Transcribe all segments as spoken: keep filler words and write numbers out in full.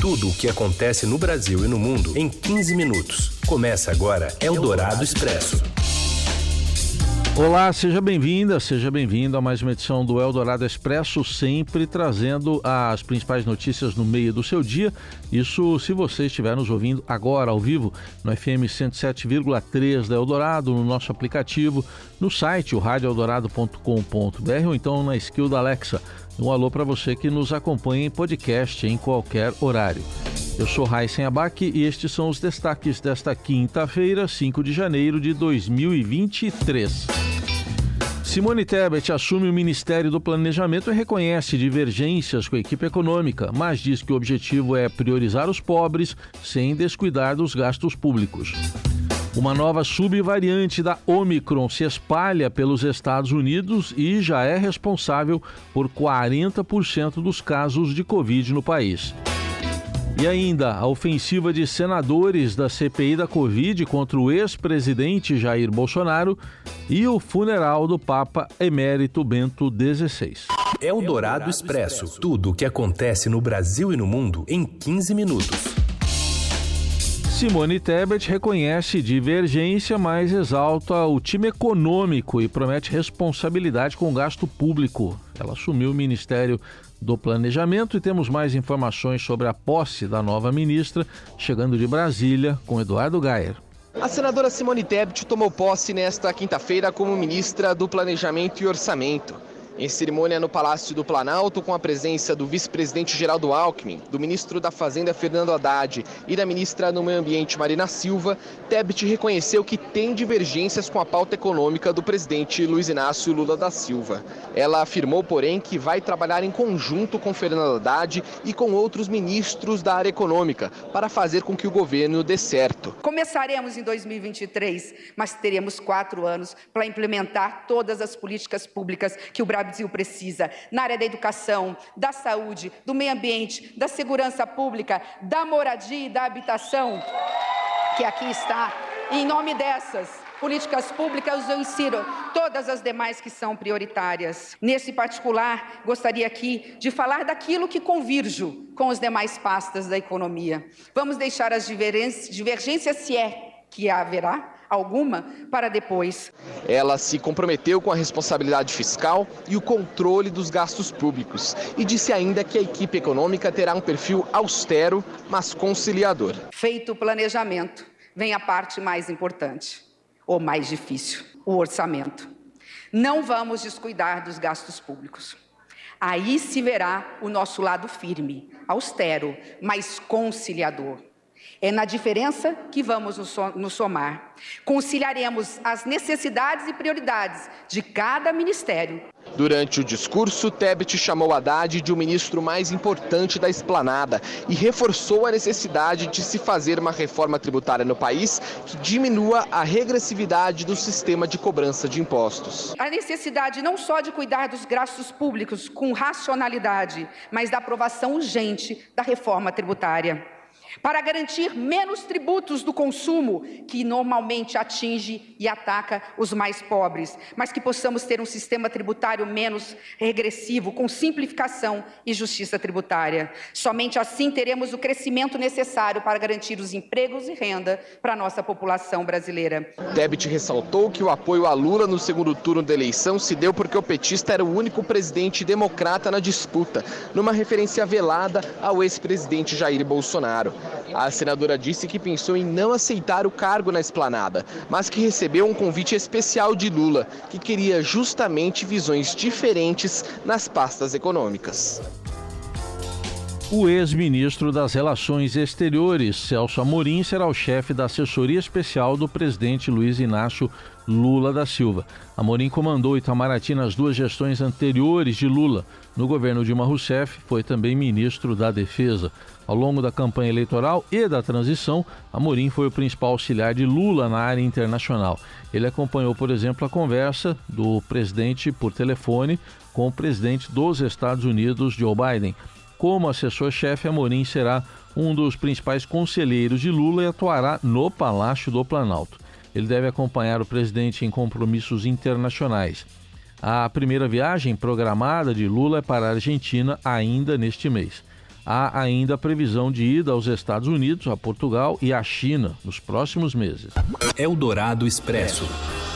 Tudo o que acontece no Brasil e no mundo em quinze minutos. Começa agora Eldorado Expresso. Olá, seja bem-vinda, seja bem-vindo a mais uma edição do Eldorado Expresso, sempre trazendo as principais notícias no meio do seu dia. Isso se você estiver nos ouvindo agora, ao vivo, no F M cento e sete vírgula três da Eldorado, no nosso aplicativo, no site, o rádio eldorado ponto com ponto b r ou então na skill da Alexa. Um alô para você que nos acompanha em podcast em qualquer horário. Eu sou Raíssen Abac e estes são os destaques desta quinta-feira, cinco de janeiro de dois mil e vinte e três. Simone Tebet assume o Ministério do Planejamento e reconhece divergências com a equipe econômica, mas diz que o objetivo é priorizar os pobres sem descuidar dos gastos públicos. Uma nova subvariante da Omicron se espalha pelos Estados Unidos e já é responsável por quarenta por cento dos casos de Covid no país. E ainda, a ofensiva de senadores da C P I da Covid contra o ex-presidente Jair Bolsonaro e o funeral do Papa Emérito Bento dezesseis. Eldorado Expresso. Tudo o que acontece no Brasil e no mundo em quinze minutos. Simone Tebet reconhece divergência, mas exalta o time econômico e promete responsabilidade com o gasto público. Ela assumiu o Ministério do Planejamento e temos mais informações sobre a posse da nova ministra, chegando de Brasília com Eduardo Gayer. A senadora Simone Tebet tomou posse nesta quinta-feira como ministra do Planejamento e Orçamento. Em cerimônia no Palácio do Planalto, com a presença do vice-presidente Geraldo Alckmin, do ministro da Fazenda Fernando Haddad e da ministra do Meio Ambiente Marina Silva, Tebet reconheceu que tem divergências com a pauta econômica do presidente Luiz Inácio Lula da Silva. Ela afirmou, porém, que vai trabalhar em conjunto com Fernando Haddad e com outros ministros da área econômica para fazer com que o governo dê certo. Começaremos em dois mil e vinte e três, mas teremos quatro anos para implementar todas as políticas públicas que o Brasil Brasil precisa, na área da educação, da saúde, do meio ambiente, da segurança pública, da moradia e da habitação, que aqui está. E em nome dessas políticas públicas, eu insiro todas as demais que são prioritárias. Nesse particular, gostaria aqui de falar daquilo que convirjo com os demais pastas da economia. Vamos deixar as divergências, se é que haverá alguma, para depois. Ela se comprometeu com a responsabilidade fiscal e o controle dos gastos públicos e disse ainda que a equipe econômica terá um perfil austero, mas conciliador. Feito o planejamento, vem a parte mais importante, ou mais difícil, o orçamento. Não vamos descuidar dos gastos públicos. Aí se verá o nosso lado firme, austero, mas conciliador. É na diferença que vamos nos somar. Conciliaremos as necessidades e prioridades de cada ministério. Durante o discurso, Tebet chamou Haddad de o ministro mais importante da esplanada e reforçou a necessidade de se fazer uma reforma tributária no país que diminua a regressividade do sistema de cobrança de impostos. A necessidade não só de cuidar dos gastos públicos com racionalidade, mas da aprovação urgente da reforma tributária, para garantir menos tributos do consumo, que normalmente atinge e ataca os mais pobres, mas que possamos ter um sistema tributário menos regressivo, com simplificação e justiça tributária. Somente assim teremos o crescimento necessário para garantir os empregos e renda para a nossa população brasileira. Tebet ressaltou que o apoio a Lula no segundo turno da eleição se deu porque o petista era o único presidente democrata na disputa, numa referência velada ao ex-presidente Jair Bolsonaro. A senadora disse que pensou em não aceitar o cargo na esplanada, mas que recebeu um convite especial de Lula, que queria justamente visões diferentes nas pastas econômicas. O ex-ministro das Relações Exteriores, Celso Amorim, será o chefe da assessoria especial do presidente Luiz Inácio Lula da Silva. Amorim comandou o Itamaraty nas duas gestões anteriores de Lula. No governo Dilma Rousseff, foi também ministro da Defesa. Ao longo da campanha eleitoral e da transição, Amorim foi o principal auxiliar de Lula na área internacional. Ele acompanhou, por exemplo, a conversa do presidente por telefone com o presidente dos Estados Unidos, Joe Biden. Como assessor-chefe, Amorim será um dos principais conselheiros de Lula e atuará no Palácio do Planalto. Ele deve acompanhar o presidente em compromissos internacionais. A primeira viagem programada de Lula é para a Argentina ainda neste mês. há ainda a previsão de ida aos Estados Unidos, a Portugal e à China nos próximos meses. Eldorado Expresso.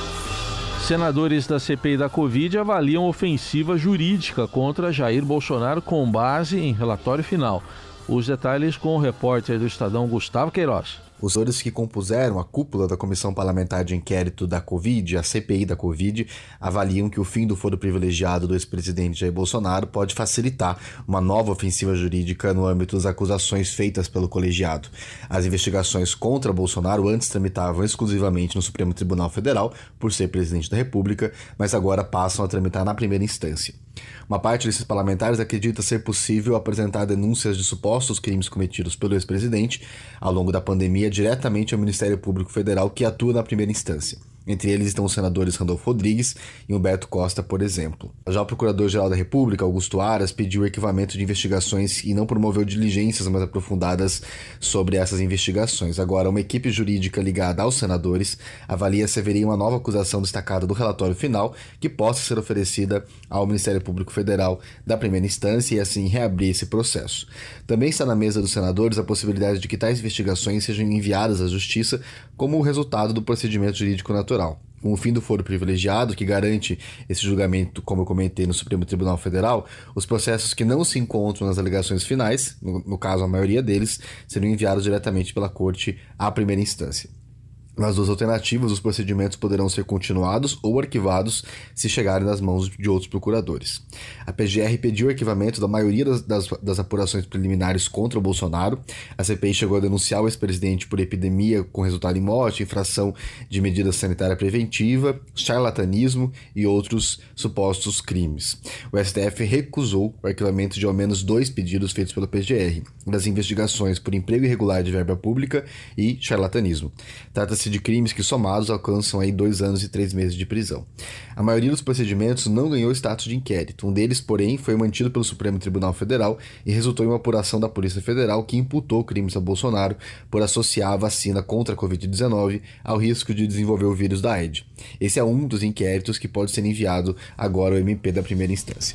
Senadores da C P I da Covid avaliam ofensiva jurídica contra Jair Bolsonaro com base em relatório final. Os detalhes com o repórter do Estadão, Gustavo Queiroz. Os senadores que compuseram a cúpula da Comissão Parlamentar de Inquérito da Covid, a C P I da Covid, avaliam que o fim do foro privilegiado do ex-presidente Jair Bolsonaro pode facilitar uma nova ofensiva jurídica no âmbito das acusações feitas pelo colegiado. As investigações contra Bolsonaro antes tramitavam exclusivamente no Supremo Tribunal Federal, por ser presidente da República, mas agora passam a tramitar na primeira instância. Uma parte desses parlamentares acredita ser possível apresentar denúncias de supostos crimes cometidos pelo ex-presidente ao longo da pandemia diretamente ao Ministério Público Federal, que atua na primeira instância. Entre eles estão os senadores Randolfo Rodrigues e Humberto Costa, por exemplo. Já o Procurador-Geral da República, Augusto Aras, pediu o arquivamento de investigações e não promoveu diligências mais aprofundadas sobre essas investigações. Agora, uma equipe jurídica ligada aos senadores avalia se haveria uma nova acusação destacada do relatório final que possa ser oferecida ao Ministério Público Federal da primeira instância e assim reabrir esse processo. Também está na mesa dos senadores a possibilidade de que tais investigações sejam enviadas à Justiça como resultado do procedimento jurídico natural. Com o fim do foro privilegiado, que garante esse julgamento, como eu comentei, no Supremo Tribunal Federal, os processos que não se encontram nas alegações finais, no, no caso a maioria deles, serão enviados diretamente pela Corte à primeira instância. Nas duas alternativas, os procedimentos poderão ser continuados ou arquivados se chegarem nas mãos de outros procuradores. A P G R pediu o arquivamento da maioria das, das, das apurações preliminares contra o Bolsonaro. A C P I chegou a denunciar o ex-presidente por epidemia com resultado em morte, infração de medida sanitária preventiva, charlatanismo e outros supostos crimes. O S T F recusou o arquivamento de ao menos dois pedidos feitos pela P G R, das investigações por emprego irregular de verba pública e charlatanismo. Trata-se de crimes que somados alcançam aí dois anos e três meses de prisão. A maioria dos procedimentos não ganhou status de inquérito. Um deles, porém, foi mantido pelo Supremo Tribunal Federal e resultou em uma apuração da Polícia Federal que imputou crimes a Bolsonaro por associar a vacina contra a covid dezenove ao risco de desenvolver o vírus da AIDS. Esse é um dos inquéritos que pode ser enviado agora ao M P da primeira instância.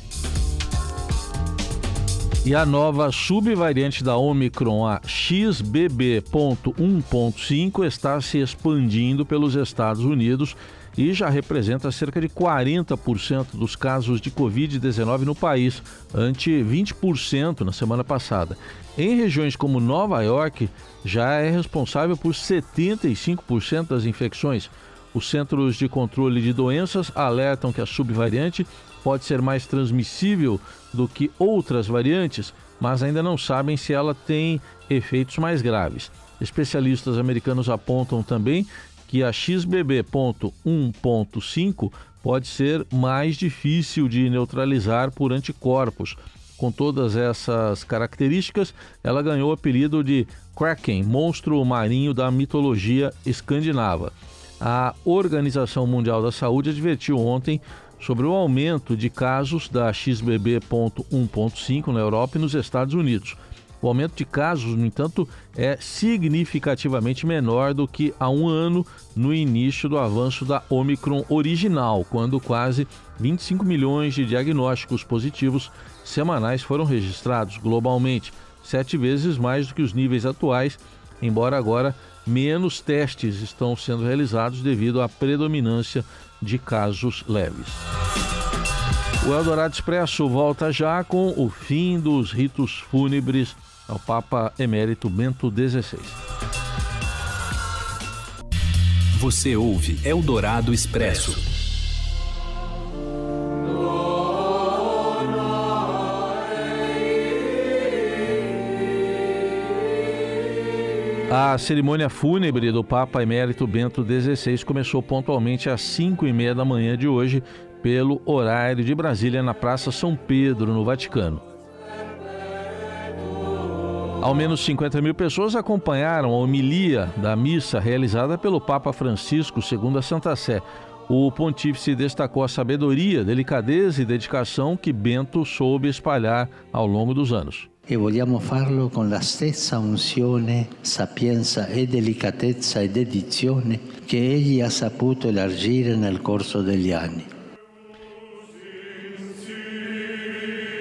E a nova subvariante da Omicron, a X B B ponto um ponto cinco, está se expandindo pelos Estados Unidos e já representa cerca de quarenta por cento dos casos de covid dezenove no país, ante vinte por cento na semana passada. Em regiões como Nova York, já é responsável por setenta e cinco por cento das infecções. Os Centros de Controle de Doenças alertam que a subvariante pode ser mais transmissível do que outras variantes, mas ainda não sabem se ela tem efeitos mais graves. Especialistas americanos apontam também que a X B B ponto um ponto cinco pode ser mais difícil de neutralizar por anticorpos. Com todas essas características, ela ganhou o apelido de Kraken, monstro marinho da mitologia escandinava. A Organização Mundial da Saúde advertiu ontem sobre o aumento de casos da X B B ponto um ponto cinco na Europa e nos Estados Unidos. O aumento de casos, no entanto, é significativamente menor do que há um ano no início do avanço da Omicron original, quando quase vinte e cinco milhões de diagnósticos positivos semanais foram registrados globalmente, sete vezes mais do que os níveis atuais, embora agora menos testes estão sendo realizados devido à predominância de casos leves. O Eldorado Expresso volta já com o fim dos ritos fúnebres ao Papa Emérito Bento dezesseis. Você ouve Eldorado Expresso. A cerimônia fúnebre do Papa Emérito Bento dezesseis começou pontualmente às cinco e meia da manhã de hoje, pelo horário de Brasília, na Praça São Pedro, no Vaticano. Ao menos cinquenta mil pessoas acompanharam a homilia da missa realizada pelo Papa Francisco, segundo a Santa Sé. O pontífice destacou a sabedoria, delicadeza e dedicação que Bento soube espalhar ao longo dos anos. E vogliamo farlo con la stessa unzione, sapienza e delicatezza e dedizione che egli ha saputo elargire nel corso degli anni.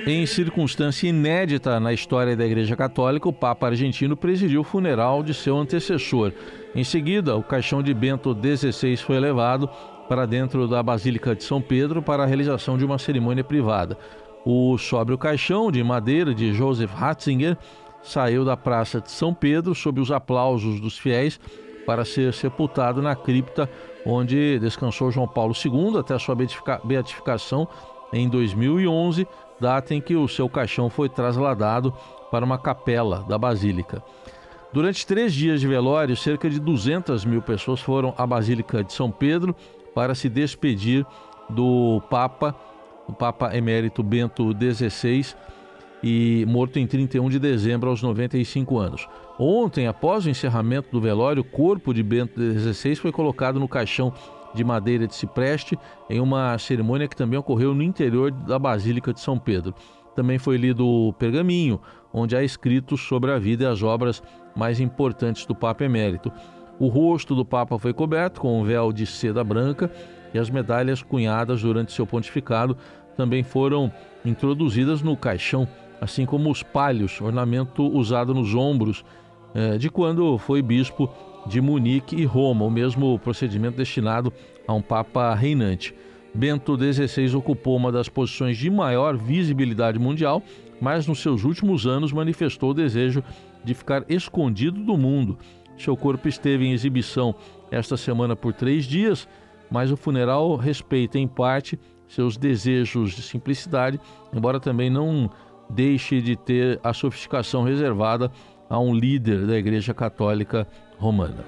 Em circunstância inédita na história da Igreja Católica, o Papa argentino presidiu o funeral de seu antecessor. Em seguida, o caixão de Bento dezesseis foi levado para dentro da Basílica de São Pedro para a realização de uma cerimônia privada. O sóbrio caixão de madeira de Joseph Ratzinger saiu da Praça de São Pedro sob os aplausos dos fiéis para ser sepultado na cripta onde descansou João Paulo segundo até a sua beatificação em dois mil e onze, data em que o seu caixão foi trasladado para uma capela da Basílica. Durante três dias de velório, cerca de duzentas mil pessoas foram à Basílica de São Pedro para se despedir do Papa, o Papa Emérito Bento dezesseis, e morto em trinta e um de dezembro aos noventa e cinco anos. Ontem, após o encerramento do velório, o corpo de Bento dezesseis foi colocado no caixão de madeira de cipreste em uma cerimônia que também ocorreu no interior da Basílica de São Pedro. Também foi lido o pergaminho, onde há escritos sobre a vida e as obras mais importantes do Papa Emérito. O rosto do Papa foi coberto com um véu de seda branca e as medalhas cunhadas durante seu pontificado também foram introduzidas no caixão, assim como os palhos, ornamento usado nos ombros eh, de quando foi bispo de Munique e Roma, o mesmo procedimento destinado a um Papa reinante. Bento dezesseis ocupou uma das posições de maior visibilidade mundial, mas nos seus últimos anos manifestou o desejo de ficar escondido do mundo. Seu corpo esteve em exibição esta semana por três dias, mas o funeral respeita em parte seus desejos de simplicidade, embora também não deixe de ter a sofisticação reservada a um líder da Igreja Católica Romana.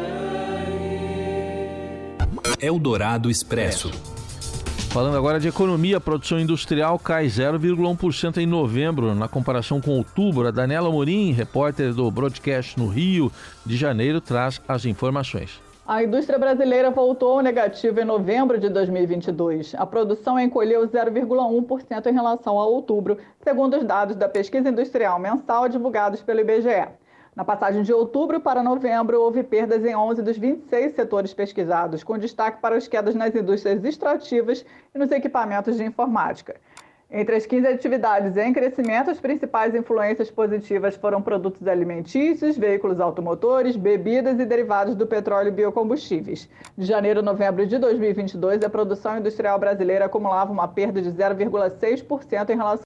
Eldorado Expresso. Falando agora de economia, a produção industrial cai zero vírgula um por cento em novembro, na comparação com outubro. A Daniela Morim, repórter do Broadcast no Rio de Janeiro, traz as informações. A indústria brasileira voltou ao negativo em novembro de dois mil e vinte e dois. A produção encolheu zero vírgula um por cento em relação a outubro, segundo os dados da pesquisa industrial mensal divulgados pelo I B G E. Na passagem de outubro para novembro, houve perdas em onze dos vinte e seis setores pesquisados, com destaque para as quedas nas indústrias extrativas e nos equipamentos de informática. Entre as quinze atividades em crescimento, as principais influências positivas foram produtos alimentícios, veículos automotores, bebidas e derivados do petróleo e biocombustíveis. De janeiro a novembro de dois mil e vinte e dois, a produção industrial brasileira acumulava uma perda de zero vírgula seis por cento em relação...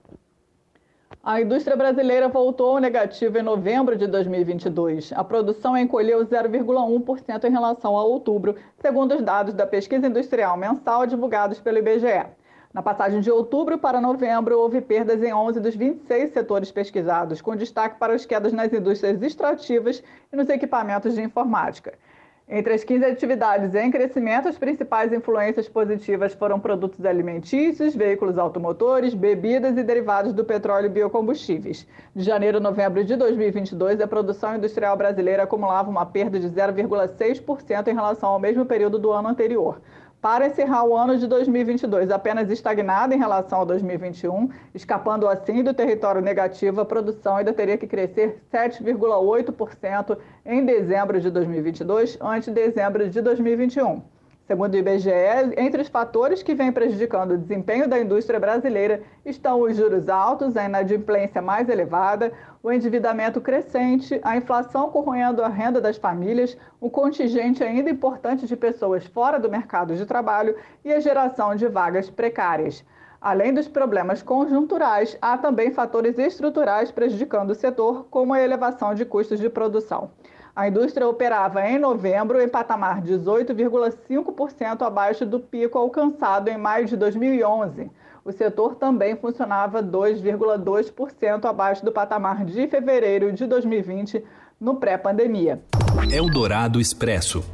A indústria brasileira voltou ao negativo em novembro de dois mil e vinte e dois. A produção encolheu zero vírgula um por cento em relação a outubro, segundo os dados da pesquisa industrial mensal divulgados pelo I B G E. Na passagem de outubro para novembro, houve perdas em onze dos vinte e seis setores pesquisados, com destaque para as quedas nas indústrias extrativas e nos equipamentos de informática. Entre as quinze atividades em crescimento, as principais influências positivas foram produtos alimentícios, veículos automotores, bebidas e derivados do petróleo e biocombustíveis. De janeiro a novembro de dois mil e vinte e dois, a produção industrial brasileira acumulava uma perda de zero vírgula seis por cento em relação ao mesmo período do ano anterior. Para encerrar o ano de dois mil e vinte e dois apenas estagnada em relação a dois mil e vinte e um, escapando assim do território negativo, a produção ainda teria que crescer sete vírgula oito por cento em dezembro de dois mil e vinte e dois, ante dezembro de dois mil e vinte e um. Segundo o I B G E, entre os fatores que vêm prejudicando o desempenho da indústria brasileira estão os juros altos, a inadimplência mais elevada, o endividamento crescente, a inflação corroendo a renda das famílias, o contingente ainda importante de pessoas fora do mercado de trabalho e a geração de vagas precárias. Além dos problemas conjunturais, há também fatores estruturais prejudicando o setor, como a elevação de custos de produção. A indústria operava em novembro em patamar dezoito vírgula cinco por cento abaixo do pico alcançado em maio de dois mil e onze. O setor também funcionava dois vírgula dois por cento abaixo do patamar de fevereiro de dois mil e vinte, no pré-pandemia. Eldorado Expresso.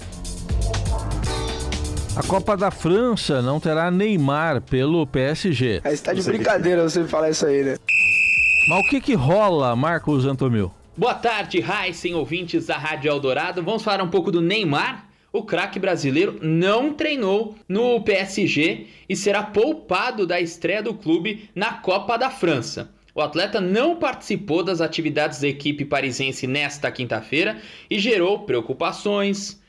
A Copa da França não terá Neymar pelo P S G. Aí você tá de brincadeira você falar isso aí, né? Mas o que que rola, Marcos Antomil? Boa tarde, Heisen, ouvintes da Rádio Eldorado. Vamos falar um pouco do Neymar. O craque brasileiro não treinou no P S G e será poupado da estreia do clube na Copa da França. O atleta não participou das atividades da equipe parisense nesta quinta-feira e gerou preocupações,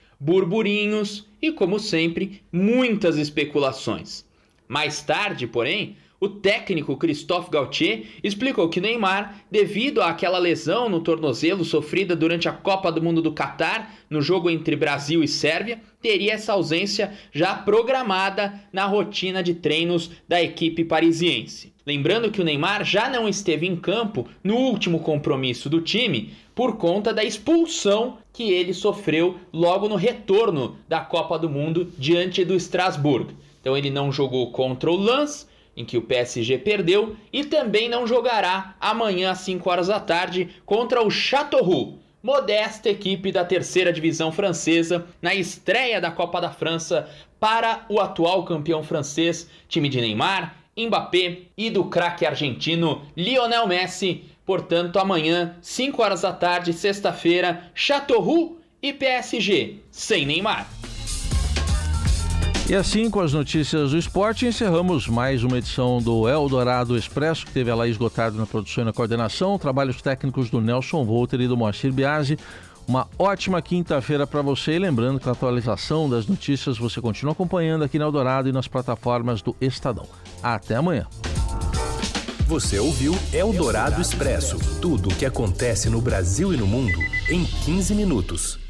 burburinhos e, como sempre, muitas especulações. Mais tarde, porém, O técnico Christophe Galtier explicou que Neymar, devido àquela lesão no tornozelo sofrida durante a Copa do Mundo do Catar, no jogo entre Brasil e Sérvia, teria essa ausência já programada na rotina de treinos da equipe parisiense. Lembrando que o Neymar já não esteve em campo no último compromisso do time por conta da expulsão que ele sofreu logo no retorno da Copa do Mundo diante do Strasbourg. Então ele não jogou contra o Lens, em que o P S G perdeu, e também não jogará amanhã às cinco horas da tarde contra o Châteauroux, modesta equipe da terceira divisão francesa, na estreia da Copa da França para o atual campeão francês, time de Neymar, Mbappé e do craque argentino Lionel Messi. Portanto, amanhã, cinco horas da tarde, sexta-feira, Châteauroux e P S G, sem Neymar. E assim, com as notícias do esporte, encerramos mais uma edição do Eldorado Expresso, que teve a Laís Gotardo na produção e na coordenação, trabalhos técnicos do Nelson Volter e do Moacir Biasi. Uma ótima quinta-feira para você, e lembrando que a atualização das notícias você continua acompanhando aqui no Eldorado e nas plataformas do Estadão. Até amanhã. Você ouviu Eldorado Expresso, tudo o que acontece no Brasil e no mundo em quinze minutos.